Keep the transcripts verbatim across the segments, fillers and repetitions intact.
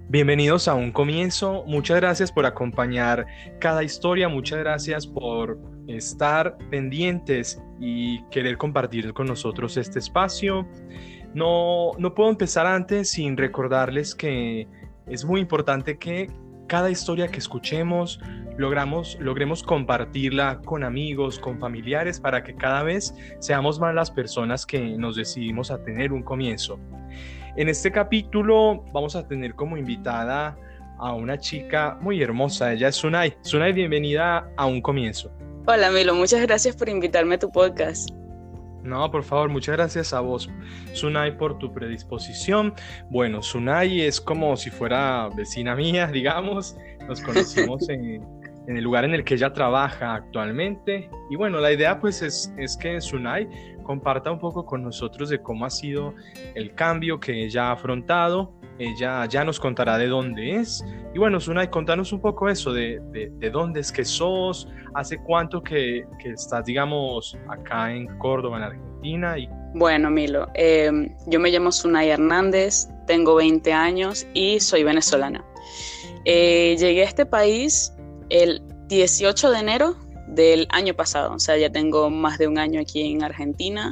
Bienvenidos a Un Comienzo. Muchas gracias por acompañar cada historia, muchas gracias por estar pendientes y querer compartir con nosotros este espacio. No, no puedo empezar antes sin recordarles que es muy importante que cada historia que escuchemos logramos, logremos compartirla con amigos, con familiares, para que cada vez seamos más las personas que nos decidimos a tener un comienzo. En este capítulo vamos a tener como invitada a una chica muy hermosa. Ella es Sunay. Sunay, bienvenida a Un Comienzo. Hola Milo, muchas gracias por invitarme a tu podcast. No, por favor, muchas gracias a vos, Sunay, por tu predisposición. Bueno, Sunay es como si fuera vecina mía, digamos. Nos conocimos en, en el lugar en el que ella trabaja actualmente. Y bueno, la idea pues es, es que Sunay comparta un poco con nosotros de cómo ha sido el cambio que ella ha afrontado. Ella ya nos contará de dónde es. Y bueno, Sunay, contanos un poco eso, de, de, de dónde es que sos, hace cuánto que, que estás, digamos, acá en Córdoba, en Argentina. Y... Bueno, Milo, eh, yo me llamo Sunay Hernández, tengo veinte años y soy venezolana. Eh, llegué a este país el dieciocho de enero del año pasado, o sea, ya tengo más de un año aquí en Argentina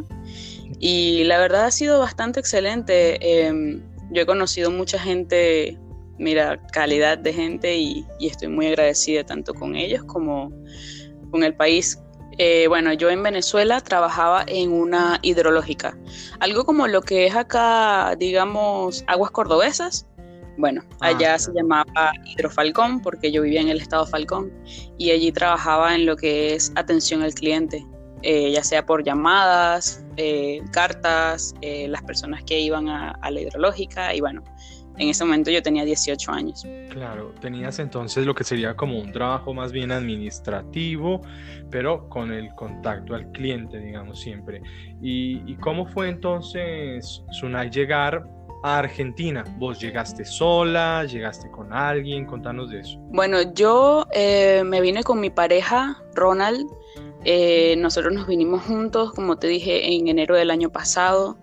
y la verdad ha sido bastante excelente. Eh, yo he conocido mucha gente, mira, calidad de gente y, y estoy muy agradecida tanto con ellos como con el país. Eh, bueno, yo en Venezuela trabajaba en una hidrológica, algo como lo que es acá, digamos, Aguas Cordobesas. Bueno, allá ah, se llamaba Hidrofalcón porque yo vivía en el estado Falcón y allí trabajaba en lo que es atención al cliente, eh, ya sea por llamadas, eh, cartas, eh, las personas que iban a, a la hidrológica y bueno, en ese momento yo tenía dieciocho años. Claro, tenías entonces lo que sería como un trabajo más bien administrativo, pero con el contacto al cliente, digamos, siempre. ¿Y, y cómo fue entonces, Sunay, llegar a Argentina? ¿Vos llegaste sola? ¿Llegaste con alguien? Contanos de eso. Bueno, yo eh, me vine con mi pareja, Ronald. Eh, nosotros nos vinimos juntos, como te dije, en enero del año pasado.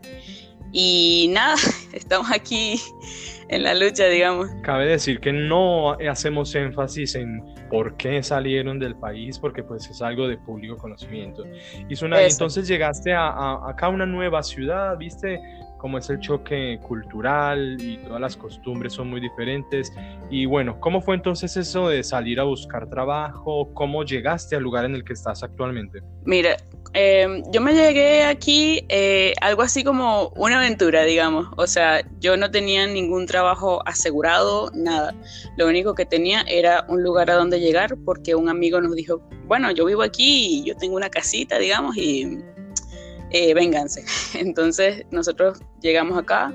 Y nada, estamos aquí en la lucha, digamos. Cabe decir que no hacemos énfasis en por qué salieron del país, porque pues es algo de público conocimiento. Y Sunay, entonces llegaste a, a, acá a una nueva ciudad, ¿viste cómo es el choque cultural y todas las costumbres son muy diferentes? Y bueno, ¿cómo fue entonces eso de salir a buscar trabajo? ¿Cómo llegaste al lugar en el que estás actualmente? Mira, eh, yo me llegué aquí eh, algo así como una aventura, digamos. O sea, yo no tenía ningún trabajo asegurado, nada. Lo único que tenía era un lugar a donde llegar porque un amigo nos dijo, bueno, yo vivo aquí y yo tengo una casita, digamos, y... Eh, vénganse. Entonces nosotros llegamos acá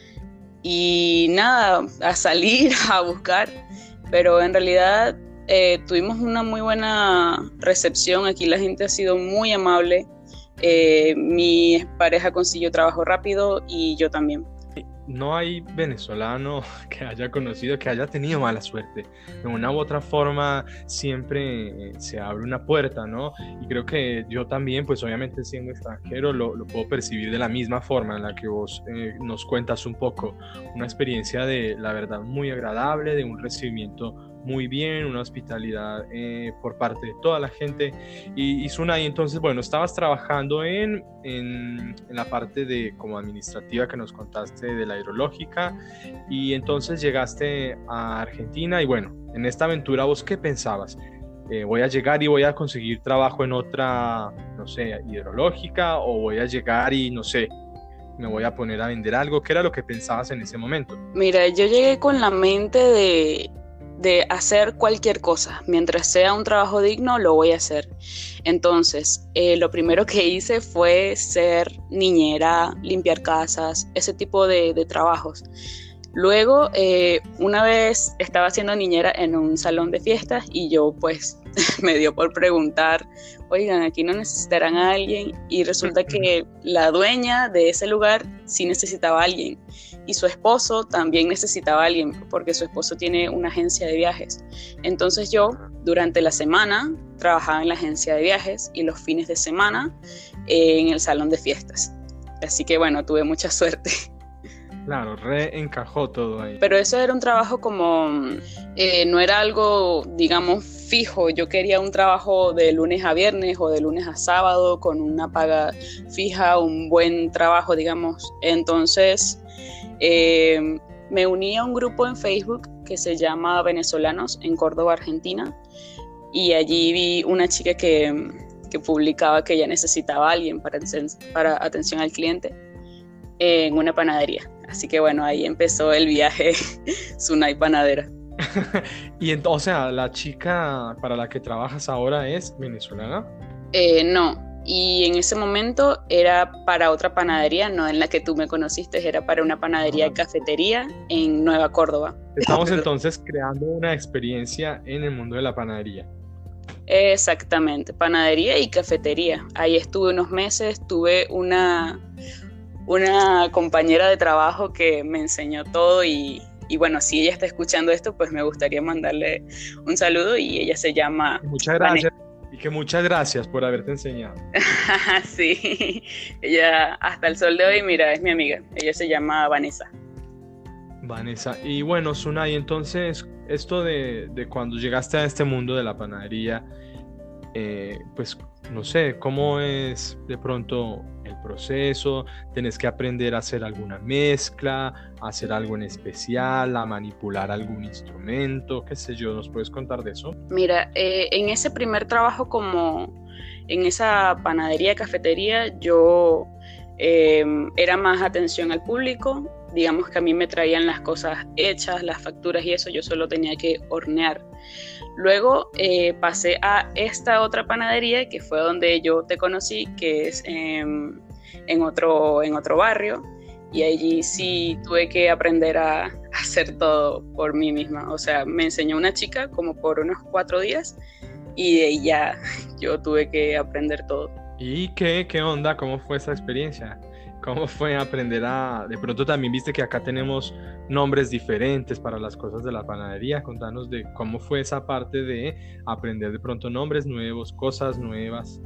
y nada, a salir, a buscar, pero en realidad eh, tuvimos una muy buena recepción. Aquí la gente ha sido muy amable. Eh, mi pareja consiguió trabajo rápido y yo también. No hay venezolano que haya conocido, que haya tenido mala suerte. De una u otra forma siempre se abre una puerta, ¿no? Y creo que yo también, pues obviamente siendo extranjero, lo, lo puedo percibir de la misma forma en la que vos eh, nos cuentas un poco. Una experiencia de, la verdad, muy agradable, de un recibimiento muy bien, una hospitalidad eh, por parte de toda la gente. Y, y Sunay, entonces, bueno, estabas trabajando en, en, en la parte de como administrativa que nos contaste de la hidrológica, y entonces llegaste a Argentina y bueno, en esta aventura, ¿vos qué pensabas? Eh, ¿voy a llegar y voy a conseguir trabajo en otra, no sé, hidrológica, o voy a llegar y, no sé, me voy a poner a vender algo? ¿Qué era lo que pensabas en ese momento? Mira, yo llegué con la mente de... de hacer cualquier cosa, mientras sea un trabajo digno, lo voy a hacer. Entonces, eh, lo primero que hice fue ser niñera, limpiar casas, ese tipo de, de trabajos. Luego, eh, una vez estaba siendo niñera en un salón de fiestas y yo pues me dio por preguntar, oigan, aquí no necesitarán a alguien, y resulta que la dueña de ese lugar sí necesitaba a alguien. Y su esposo también necesitaba a alguien porque su esposo tiene una agencia de viajes. Entonces yo durante la semana trabajaba en la agencia de viajes y los fines de semana eh, en el salón de fiestas. Así que bueno, tuve mucha suerte. Claro, reencajó todo ahí. Pero eso era un trabajo como, eh, no era algo, digamos, fijo. Yo quería un trabajo de lunes a viernes o de lunes a sábado con una paga fija, un buen trabajo, digamos. Entonces, eh, me uní a un grupo en Facebook que se llama Venezolanos en Córdoba, Argentina. Y allí vi una chica que, que publicaba que ella necesitaba a alguien para, para atención al cliente en una panadería. Así que bueno, ahí empezó el viaje Sunay Panadera. Y entonces, o sea, la chica para la que trabajas ahora es venezolana. Eh, no, y en ese momento era para otra panadería, no en la que tú me conociste, era para una panadería y cafetería en Nueva Córdoba. Estamos entonces creando una experiencia en el mundo de la panadería. Exactamente, panadería y cafetería. Ahí estuve unos meses, tuve una... una compañera de trabajo que me enseñó todo y, y bueno, si ella está escuchando esto, pues me gustaría mandarle un saludo y ella se llama... Muchas gracias. Vanessa. Y que muchas gracias por haberte enseñado. Sí, ella hasta el sol de hoy, mira, es mi amiga. Ella se llama Vanessa. Vanessa. Y bueno, Sunay, entonces, esto de, de cuando llegaste a este mundo de la panadería, eh, pues no sé, ¿cómo es de pronto el proceso? ¿Tenés que aprender a hacer alguna mezcla, a hacer algo en especial, a manipular algún instrumento? ¿Qué sé yo? ¿Nos puedes contar de eso? Mira, eh, en ese primer trabajo como en esa panadería, cafetería, yo eh, era más atención al público. Digamos que a mí me traían las cosas hechas, las facturas y eso, yo solo tenía que hornear. Luego eh, pasé a esta otra panadería que fue donde yo te conocí, que es eh, en, otro, en otro barrio, y allí sí tuve que aprender a, a hacer todo por mí misma. O sea, me enseñó una chica como por unos cuatro días y de ahí ya yo tuve que aprender todo. ¿Y qué, qué onda? ¿Cómo fue esa experiencia? ¿Cómo fue aprender a...? De pronto también viste que acá tenemos nombres diferentes para las cosas de la panadería. Contanos de cómo fue esa parte de aprender de pronto nombres nuevos, cosas nuevas.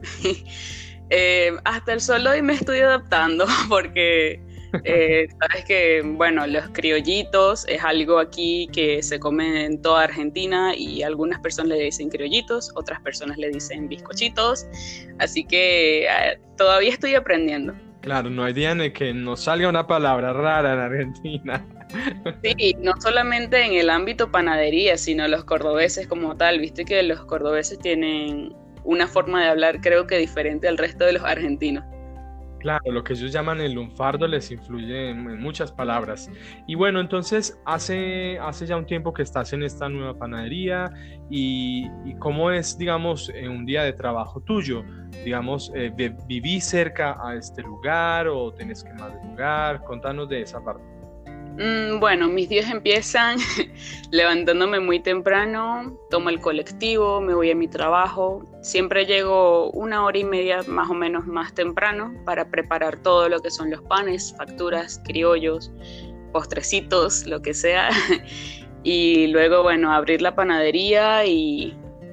eh, hasta el sol de hoy me estoy adaptando porque eh, sabes que, bueno, los criollitos es algo aquí que se come en toda Argentina y algunas personas le dicen criollitos, otras personas le dicen bizcochitos. Así que eh, todavía estoy aprendiendo. Claro, no hay día en el que nos salga una palabra rara en Argentina. Sí, no solamente en el ámbito panadería, sino los cordobeses como tal. Viste que los cordobeses tienen una forma de hablar, creo que diferente al resto de los argentinos. Claro, lo que ellos llaman el lunfardo les influye en, en muchas palabras. Y bueno, entonces hace, hace ya un tiempo que estás en esta nueva panadería y, y ¿cómo es, digamos, eh, un día de trabajo tuyo? Digamos, eh, de, ¿vivís cerca a este lugar o tenés que madrugar? Contanos de esa parte. Mm, bueno, mis días empiezan levantándome muy temprano, tomo el colectivo, me voy a mi trabajo. Siempre llego una hora y media más o menos más temprano para preparar todo lo que son los panes, facturas, criollos, postrecitos, lo que sea. Y luego, bueno, abrir la panadería y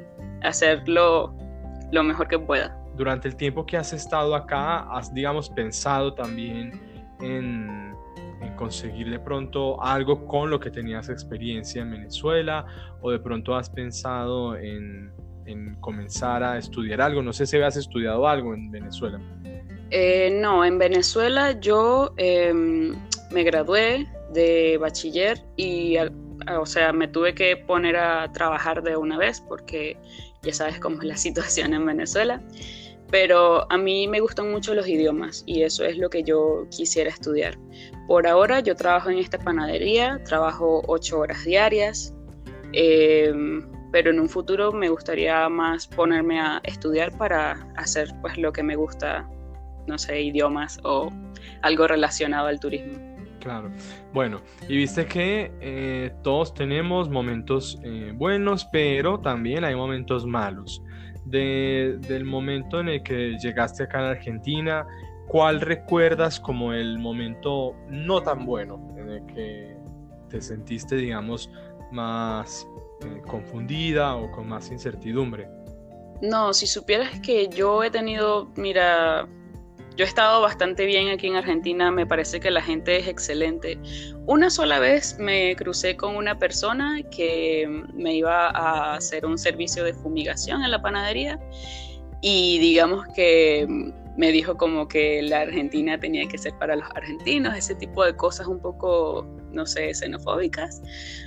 hacerlo lo mejor que pueda. Durante el tiempo que has estado acá, ¿has, digamos, pensado también en... en conseguir de pronto algo con lo que tenías experiencia en Venezuela, o de pronto has pensado en, en comenzar a estudiar algo? No sé si has estudiado algo en Venezuela. Eh, no, en Venezuela yo eh, me gradué de bachiller y, o sea, me tuve que poner a trabajar de una vez porque ya sabes cómo es la situación en Venezuela. Pero a mí me gustan mucho los idiomas y eso es lo que yo quisiera estudiar. Por ahora yo trabajo en esta panadería, trabajo ocho horas diarias, eh, pero en un futuro me gustaría más ponerme a estudiar para hacer pues lo que me gusta, no sé, idiomas o algo relacionado al turismo. Claro, bueno, y viste que eh, todos tenemos momentos eh, buenos, pero también hay momentos malos. De, del momento en el que llegaste acá en Argentina, ¿cuál recuerdas como el momento no tan bueno en el que te sentiste, digamos, más eh, confundida o con más incertidumbre? No, si supieras que yo he tenido, mira, yo he estado bastante bien aquí en Argentina, me parece que la gente es excelente. Una sola vez me crucé con una persona que me iba a hacer un servicio de fumigación en la panadería y digamos que me dijo como que la Argentina tenía que ser para los argentinos, ese tipo de cosas un poco, no sé, xenofóbicas,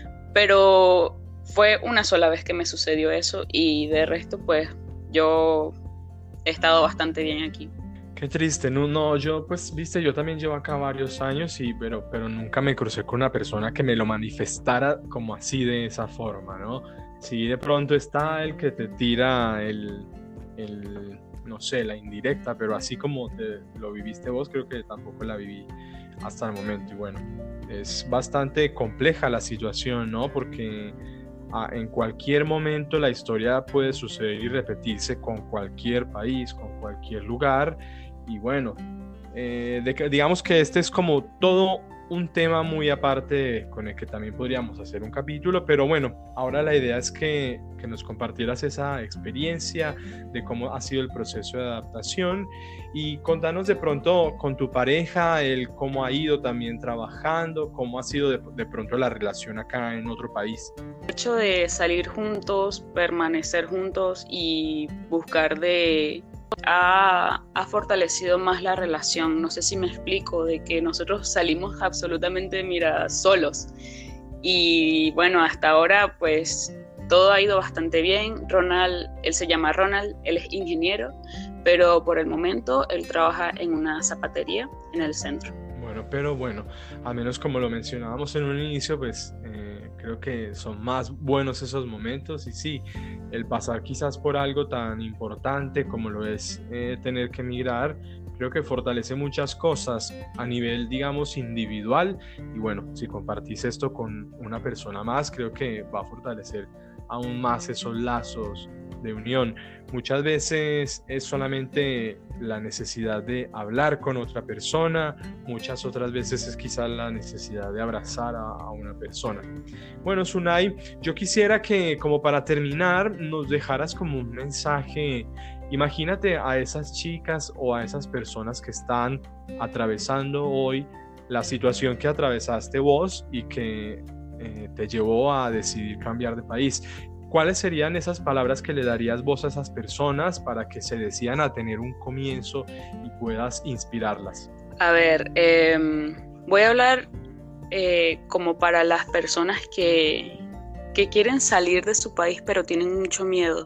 pero fue una sola vez que me sucedió eso y de resto pues yo he estado bastante bien aquí. Qué triste, no, no, yo pues, viste, yo también llevo acá varios años, y, pero, pero nunca me crucé con una persona que me lo manifestara como así de esa forma, ¿no? Si de pronto está el que te tira el, el no sé, la indirecta, pero así como te, lo viviste vos, creo que tampoco la viví hasta el momento. Y bueno, es bastante compleja la situación, ¿no? Porque ah, en cualquier momento la historia puede suceder y repetirse con cualquier país, con cualquier lugar. Y bueno, eh, de que, digamos que este es como todo un tema muy aparte con el que también podríamos hacer un capítulo, pero bueno, ahora la idea es que, que nos compartieras esa experiencia de cómo ha sido el proceso de adaptación y contanos de pronto con tu pareja, el cómo ha ido también trabajando, cómo ha sido de, de pronto la relación acá en otro país. El hecho de salir juntos, permanecer juntos y buscar de... Ha, ha fortalecido más la relación, no sé si me explico, de que nosotros salimos absolutamente, mira, solos y bueno, hasta ahora pues todo ha ido bastante bien. Ronald, él se llama Ronald, él es ingeniero, pero por el momento él trabaja en una zapatería en el centro. Bueno, pero bueno, al menos como lo mencionábamos en un inicio, pues eh, creo que son más buenos esos momentos y sí, el pasar quizás por algo tan importante como lo es eh, tener que emigrar, creo que fortalece muchas cosas a nivel, digamos, individual y bueno, si compartís esto con una persona más, creo que va a fortalecer aún más esos lazos de unión. Muchas veces es solamente la necesidad de hablar con otra persona, muchas otras veces es quizás la necesidad de abrazar a, a una persona. Bueno, Sunay, yo quisiera que como para terminar nos dejaras como un mensaje. Imagínate a esas chicas o a esas personas que están atravesando hoy la situación que atravesaste vos y que eh, te llevó a decidir cambiar de país. ¿Cuáles serían esas palabras que le darías vos a esas personas para que se decidan a tener un comienzo y puedas inspirarlas? A ver, eh, voy a hablar eh, como para las personas que, que quieren salir de su país pero tienen mucho miedo.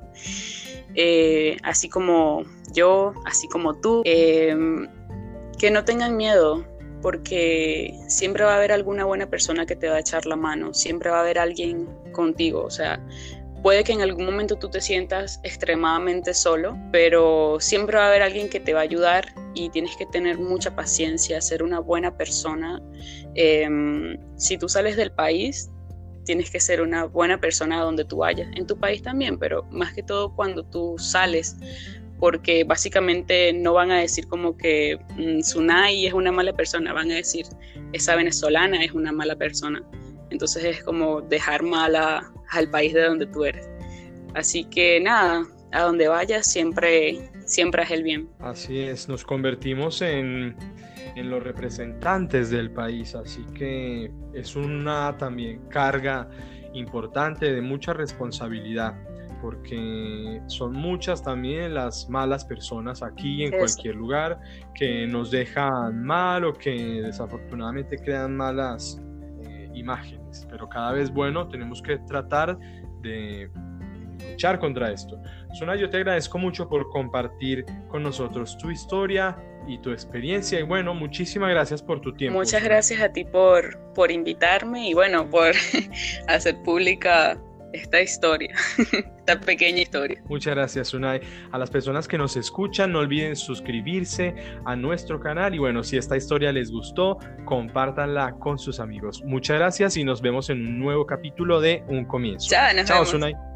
Eh, así como yo, así como tú, eh, que no tengan miedo, porque siempre va a haber alguna buena persona que te va a echar la mano, siempre va a haber alguien contigo, o sea, puede que en algún momento tú te sientas extremadamente solo, pero siempre va a haber alguien que te va a ayudar y tienes que tener mucha paciencia, ser una buena persona. Eh, si tú sales del país, tienes que ser una buena persona donde tú vayas, en tu país también, pero más que todo cuando tú sales, porque básicamente no van a decir como que mmm, Sunay es una mala persona, van a decir esa venezolana es una mala persona. Entonces es como dejar mal a, al país de donde tú eres. Así que nada, a donde vayas siempre, siempre haz el bien. Así es, nos convertimos en, en los representantes del país, así que es una también carga importante de mucha responsabilidad, porque son muchas también las malas personas aquí en Eso. cualquier lugar que nos dejan mal o que desafortunadamente crean malas eh, imágenes, pero cada vez, bueno, tenemos que tratar de luchar contra esto. Sunay, yo te agradezco mucho por compartir con nosotros tu historia y tu experiencia y bueno, muchísimas gracias por tu tiempo. Muchas gracias a ti por, por invitarme y bueno, por hacer pública esta historia, esta pequeña historia. Muchas gracias, Sunay. A las personas que nos escuchan, no olviden suscribirse a nuestro canal y bueno, si esta historia les gustó, compártanla con sus amigos. Muchas gracias y nos vemos en un nuevo capítulo de Un Comienzo. Chao, nos Chao, vemos. Sunay.